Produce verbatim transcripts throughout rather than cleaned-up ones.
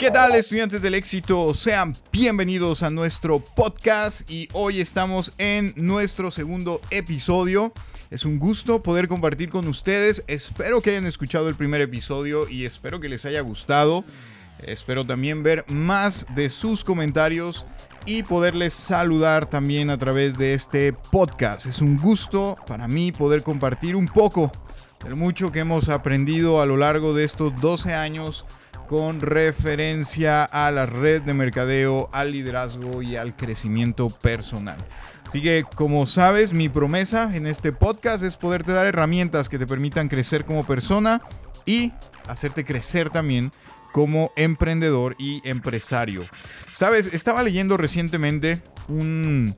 ¿Qué tal, estudiantes del éxito? Sean bienvenidos a nuestro podcast y hoy estamos en nuestro segundo episodio. Es un gusto poder compartir con ustedes. Espero que hayan escuchado el primer episodio y espero que les haya gustado. Espero también ver más de sus comentarios y poderles saludar también a través de este podcast. Es un gusto para mí poder compartir un poco de lo mucho que hemos aprendido a lo largo de estos doce años con referencia a la red de mercadeo, al liderazgo y al crecimiento personal. Así que, como sabes, mi promesa en este podcast es poderte dar herramientas que te permitan crecer como persona y hacerte crecer también como emprendedor y empresario. Sabes, estaba leyendo recientemente un,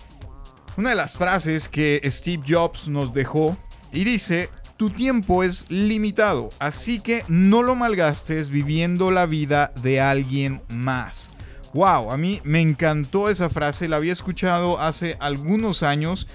una de las frases que Steve Jobs nos dejó y dice: tu tiempo es limitado, así que no lo malgastes viviendo la vida de alguien más. Wow, a mí me encantó esa frase, la había escuchado hace algunos años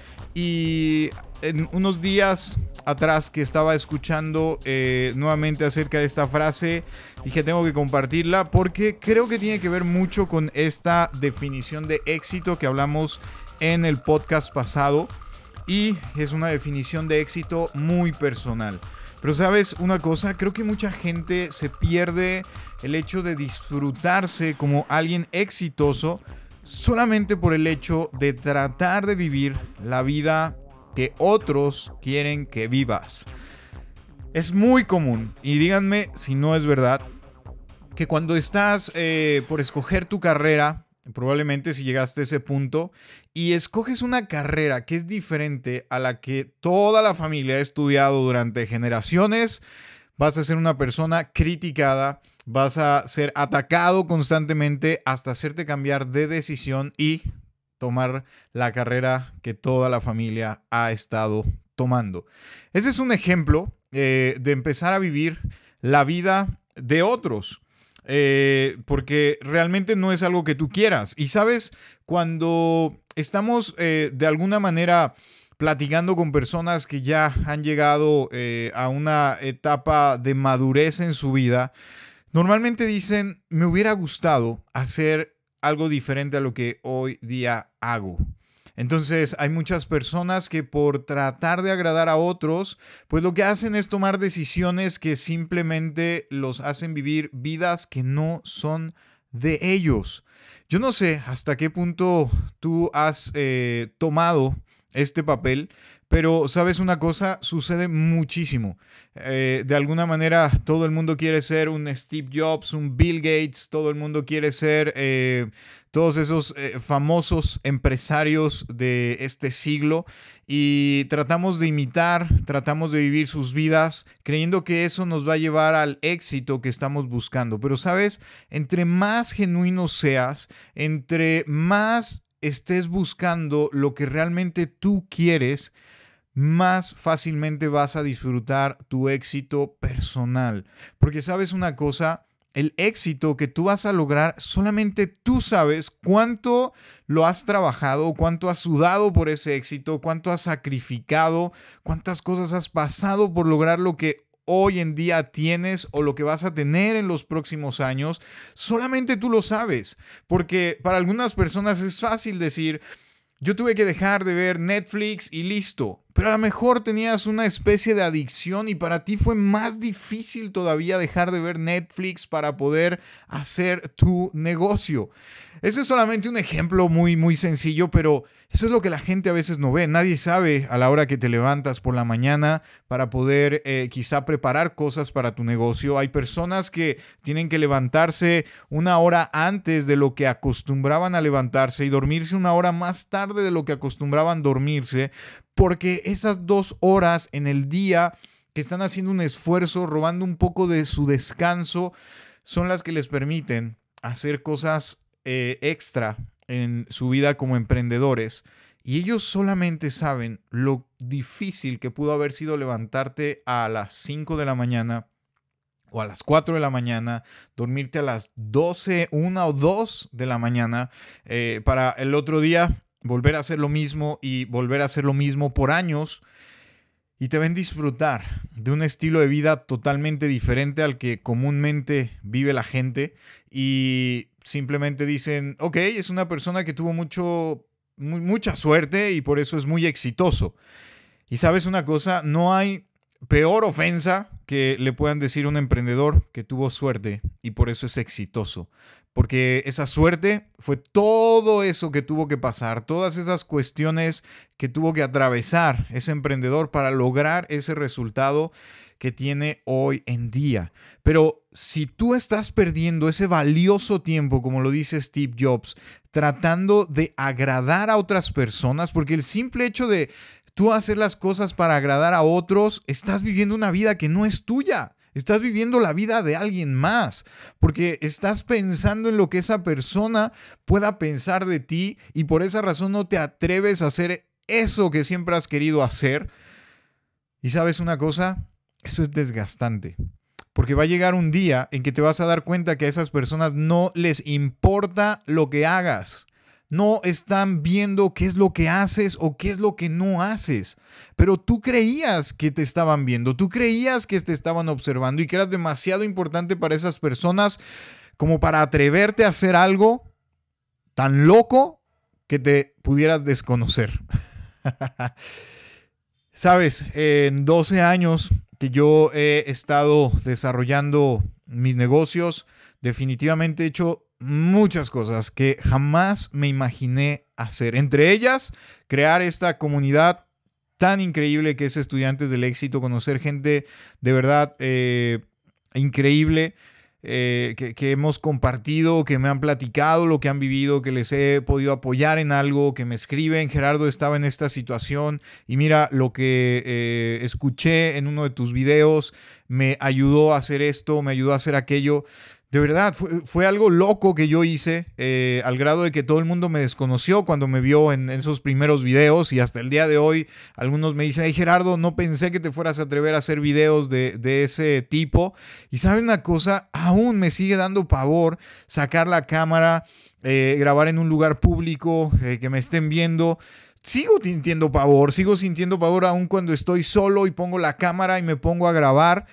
y en unos días atrás que estaba escuchando eh, nuevamente acerca de esta frase, dije tengo que compartirla porque creo que tiene que ver mucho con esta definición de éxito que hablamos en el podcast pasado. Y es una definición de éxito muy personal. Pero ¿sabes una cosa? Creo que mucha gente se pierde el hecho de disfrutarse como alguien exitoso solamente por el hecho de tratar de vivir la vida que otros quieren que vivas. Es muy común, y díganme si no es verdad, que cuando estás eh, por escoger tu carrera, probablemente si llegaste a ese punto y escoges una carrera que es diferente a la que toda la familia ha estudiado durante generaciones, vas a ser una persona criticada, vas a ser atacado constantemente hasta hacerte cambiar de decisión y tomar la carrera que toda la familia ha estado tomando. Ese es un ejemplo eh, de empezar a vivir la vida de otros. Eh, porque realmente no es algo que tú quieras. Y sabes, cuando estamos eh, de alguna manera platicando con personas que ya han llegado eh, a una etapa de madurez en su vida, normalmente dicen, me hubiera gustado hacer algo diferente a lo que hoy día hago. Entonces hay muchas personas que por tratar de agradar a otros, pues lo que hacen es tomar decisiones que simplemente los hacen vivir vidas que no son de ellos. Yo no sé hasta qué punto tú has eh, tomado este papel, pero ¿sabes una cosa? Sucede muchísimo. Eh, de alguna manera todo el mundo quiere ser un Steve Jobs, un Bill Gates, todo el mundo quiere ser eh, todos esos eh, famosos empresarios de este siglo y tratamos de imitar, tratamos de vivir sus vidas creyendo que eso nos va a llevar al éxito que estamos buscando. Pero ¿sabes? Entre más genuino seas, entre más estés buscando lo que realmente tú quieres, más fácilmente vas a disfrutar tu éxito personal. Porque sabes una cosa, el éxito que tú vas a lograr, solamente tú sabes cuánto lo has trabajado, cuánto has sudado por ese éxito, cuánto has sacrificado, cuántas cosas has pasado por lograr lo que hoy en día tienes o lo que vas a tener en los próximos años. Solamente tú lo sabes. Porque para algunas personas es fácil decir: yo tuve que dejar de ver Netflix y listo. Pero a lo mejor tenías una especie de adicción y para ti fue más difícil todavía dejar de ver Netflix para poder hacer tu negocio. Ese es solamente un ejemplo muy, muy sencillo, pero eso es lo que la gente a veces no ve. Nadie sabe a la hora que te levantas por la mañana para poder eh, quizá preparar cosas para tu negocio. Hay personas que tienen que levantarse una hora antes de lo que acostumbraban a levantarse y dormirse una hora más tarde de lo que acostumbraban dormirse, porque esas dos horas en el día que están haciendo un esfuerzo, robando un poco de su descanso, son las que les permiten hacer cosas eh, extra en su vida como emprendedores. Y ellos solamente saben lo difícil que pudo haber sido levantarte a las cinco de la mañana o a las cuatro de la mañana, dormirte a las doce, una o dos de la mañana eh, para el otro día volver a hacer lo mismo y volver a hacer lo mismo por años. y te ven disfrutar de un estilo de vida totalmente diferente al que comúnmente vive la gente y simplemente dicen, ok, es una persona que tuvo mucho, mu- mucha suerte y por eso es muy exitoso. Y sabes una cosa, no hay peor ofensa que le puedan decir a un emprendedor que tuvo suerte y por eso es exitoso. Porque esa suerte fue todo eso que tuvo que pasar, todas esas cuestiones que tuvo que atravesar ese emprendedor para lograr ese resultado que tiene hoy en día. Pero si tú estás perdiendo ese valioso tiempo, como lo dice Steve Jobs, tratando de agradar a otras personas, porque el simple hecho de tú hacer las cosas para agradar a otros, estás viviendo una vida que no es tuya. Estás viviendo la vida de alguien más, porque estás pensando en lo que esa persona pueda pensar de ti y por esa razón no te atreves a hacer eso que siempre has querido hacer. Y sabes una cosa, eso es desgastante, porque va a llegar un día en que te vas a dar cuenta que a esas personas no les importa lo que hagas. No están viendo qué es lo que haces o qué es lo que no haces. Pero tú creías que te estaban viendo, tú creías que te estaban observando y que eras demasiado importante para esas personas como para atreverte a hacer algo tan loco que te pudieras desconocer. Sabes, en doce años que yo he estado desarrollando mis negocios, definitivamente he hecho muchas cosas que jamás me imaginé hacer. Entre ellas, crear esta comunidad tan increíble que es Estudiantes del Éxito, conocer gente de verdad eh, increíble. Eh, que, que hemos compartido, que me han platicado lo que han vivido, que les he podido apoyar en algo, que me escriben, Gerardo, estaba en esta situación y mira lo que eh, escuché en uno de tus videos, me ayudó a hacer esto, me ayudó a hacer aquello. De verdad, fue, fue algo loco que yo hice, eh, al grado de que todo el mundo me desconoció cuando me vio en, en esos primeros videos y hasta el día de hoy algunos me dicen, hey Gerardo, no pensé que te fueras a atrever a hacer videos de, de ese tipo. Y ¿saben una cosa? Aún me sigue dando pavor sacar la cámara, eh, grabar en un lugar público, eh, que me estén viendo. Sigo sintiendo pavor, sigo sintiendo pavor aún cuando estoy solo y pongo la cámara y me pongo a grabar.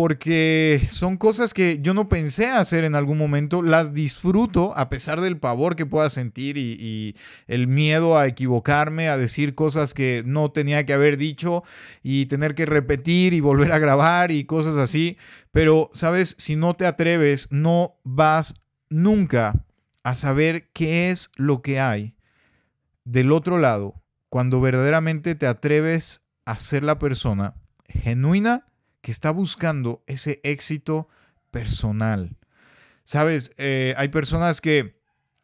Porque son cosas que yo no pensé hacer en algún momento, las disfruto a pesar del pavor que pueda sentir y, y el miedo a equivocarme, a decir cosas que no tenía que haber dicho y tener que repetir y volver a grabar y cosas así. Pero, ¿sabes? Si no te atreves, no vas nunca a saber qué es lo que hay del otro lado cuando verdaderamente te atreves a ser la persona genuina que está buscando ese éxito personal. Sabes, eh, hay personas que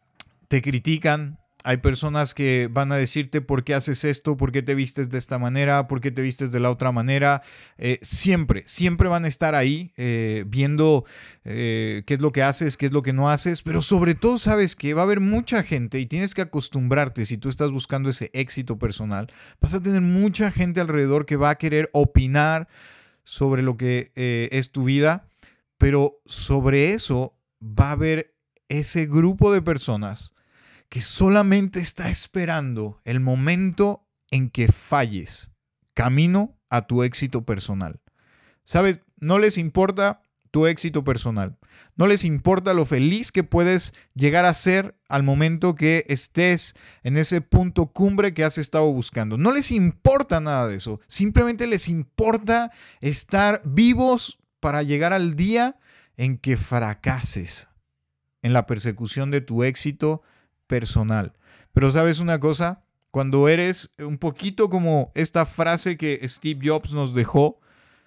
te critican, hay personas que van a decirte por qué haces esto, por qué te vistes de esta manera, por qué te vistes de la otra manera. Eh, siempre, siempre van a estar ahí eh, viendo eh, qué es lo que haces, qué es lo que no haces, pero sobre todo sabes que va a haber mucha gente y tienes que acostumbrarte, si tú estás buscando ese éxito personal, vas a tener mucha gente alrededor que va a querer opinar sobre lo que eh, es tu vida, pero sobre eso va a haber ese grupo de personas que solamente está esperando el momento en que falles, camino a tu éxito personal. ¿Sabes? No les importa tu éxito personal. No les importa lo feliz que puedes llegar a ser al momento que estés en ese punto cumbre que has estado buscando. No les importa nada de eso. Simplemente les importa estar vivos para llegar al día en que fracases en la persecución de tu éxito personal. Pero ¿sabes una cosa? Cuando eres un poquito como esta frase que Steve Jobs nos dejó,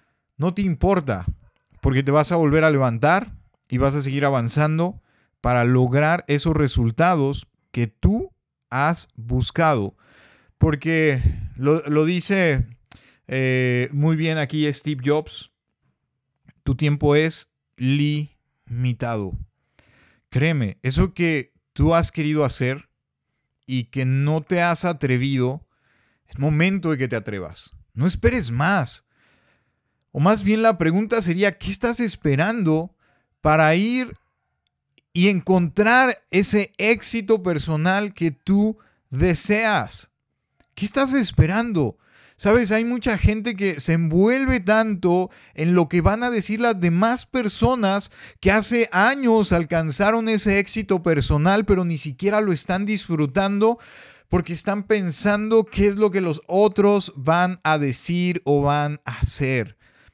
no te importa, porque te vas a volver a levantar y vas a seguir avanzando para lograr esos resultados que tú has buscado. Porque lo, lo dice eh, muy bien aquí Steve Jobs, tu tiempo es limitado. Créeme, eso que tú has querido hacer y que no te has atrevido, es momento de que te atrevas. No esperes más. O más bien la pregunta sería, ¿qué estás esperando para ir y encontrar ese éxito personal que tú deseas? ¿Qué estás esperando? ¿Sabes? Hay mucha gente que se envuelve tanto en lo que van a decir las demás personas que hace años alcanzaron ese éxito personal, pero ni siquiera lo están disfrutando porque están pensando qué es lo que los otros van a decir o van a hacer.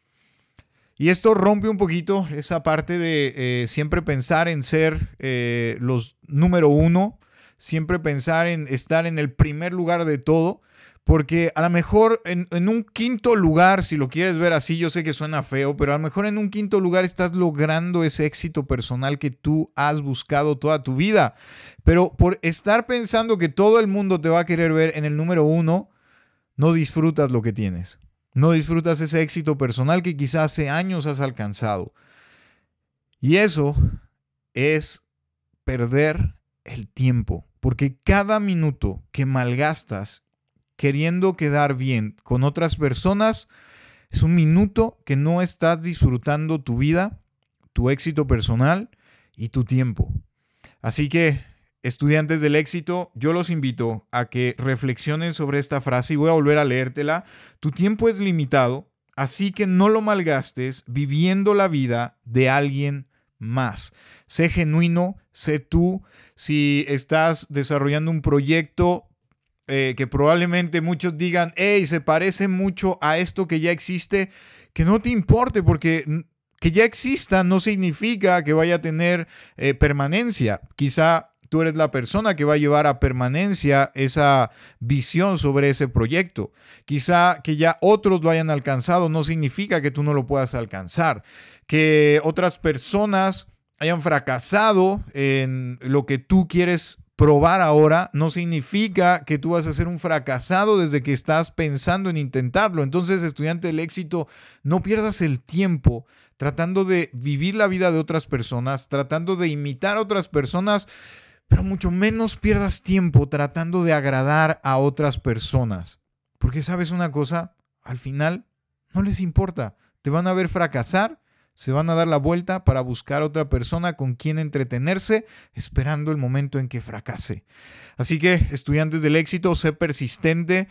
Y esto rompe un poquito esa parte de eh, siempre pensar en ser eh, los número uno, siempre pensar en estar en el primer lugar de todo. Porque a lo mejor en, en un quinto lugar, si lo quieres ver así, yo sé que suena feo, pero a lo mejor en un quinto lugar estás logrando ese éxito personal que tú has buscado toda tu vida. Pero por estar pensando que todo el mundo te va a querer ver en el número uno, no disfrutas lo que tienes. No disfrutas ese éxito personal que quizás hace años has alcanzado. Y eso es perder el tiempo. Porque cada minuto que malgastas queriendo quedar bien con otras personas, es un minuto que no estás disfrutando tu vida, tu éxito personal y tu tiempo. Así que, estudiantes del éxito, yo los invito a que reflexionen sobre esta frase y voy a volver a leértela. Tu tiempo es limitado, así que no lo malgastes viviendo la vida de alguien más. Sé genuino, sé tú. Si estás desarrollando un proyecto, Eh, que probablemente muchos digan, hey, se parece mucho a esto que ya existe, que no te importe, porque que ya exista no significa que vaya a tener eh, permanencia. Quizá tú eres la persona que va a llevar a permanencia esa visión sobre ese proyecto. Quizá que ya otros lo hayan alcanzado no significa que tú no lo puedas alcanzar. Que otras personas hayan fracasado en lo que tú quieres probar ahora no significa que tú vas a ser un fracasado desde que estás pensando en intentarlo. Entonces, estudiante del éxito, no pierdas el tiempo tratando de vivir la vida de otras personas, tratando de imitar a otras personas, pero mucho menos pierdas tiempo tratando de agradar a otras personas. Porque, ¿sabes una cosa? Al final no les importa. Te van a ver fracasar. Se van a dar la vuelta para buscar otra persona con quien entretenerse, esperando el momento en que fracase. Así que, estudiantes del éxito, sé persistente,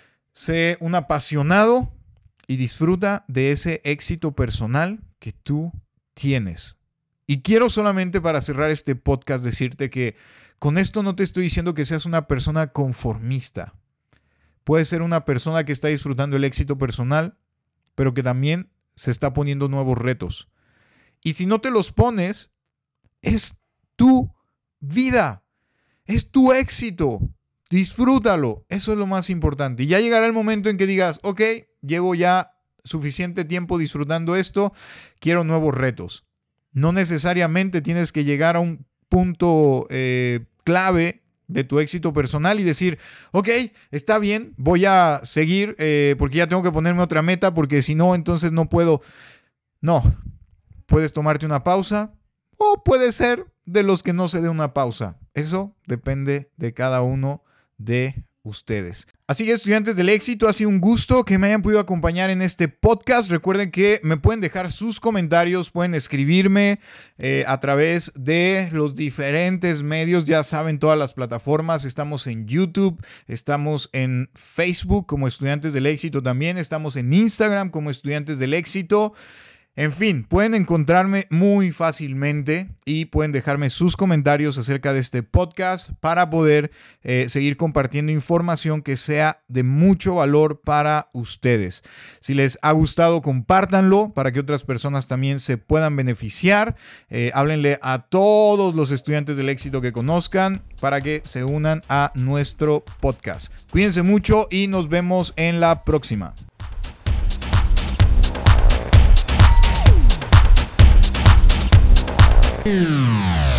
sé un apasionado y disfruta de ese éxito personal que tú tienes. Y quiero solamente para cerrar este podcast decirte que con esto no te estoy diciendo que seas una persona conformista. Puedes ser una persona que está disfrutando el éxito personal, pero que también se está poniendo nuevos retos. Y si no te los pones, es tu vida, es tu éxito. Disfrútalo, eso es lo más importante. Y ya llegará el momento en que digas, ok, llevo ya suficiente tiempo disfrutando esto, quiero nuevos retos. No necesariamente tienes que llegar a un punto eh, clave de tu éxito personal y decir, ok, está bien, voy a seguir eh, porque ya tengo que ponerme otra meta porque si no, entonces no puedo. No, puedes tomarte una pausa o puede ser de los que no se dé una pausa. Eso depende de cada uno de ustedes. Así que, estudiantes del éxito, ha sido un gusto que me hayan podido acompañar en este podcast. Recuerden que me pueden dejar sus comentarios, pueden escribirme eh, a través de los diferentes medios. Ya saben, todas las plataformas. Estamos en YouTube, estamos en Facebook como Estudiantes del Éxito también, estamos en Instagram como Estudiantes del Éxito. En fin, pueden encontrarme muy fácilmente y pueden dejarme sus comentarios acerca de este podcast para poder eh, seguir compartiendo información que sea de mucho valor para ustedes. Si les ha gustado, compártanlo para que otras personas también se puedan beneficiar. Eh, háblenle a todos los estudiantes del éxito que conozcan para que se unan a nuestro podcast. Cuídense mucho y nos vemos en la próxima. Yeah.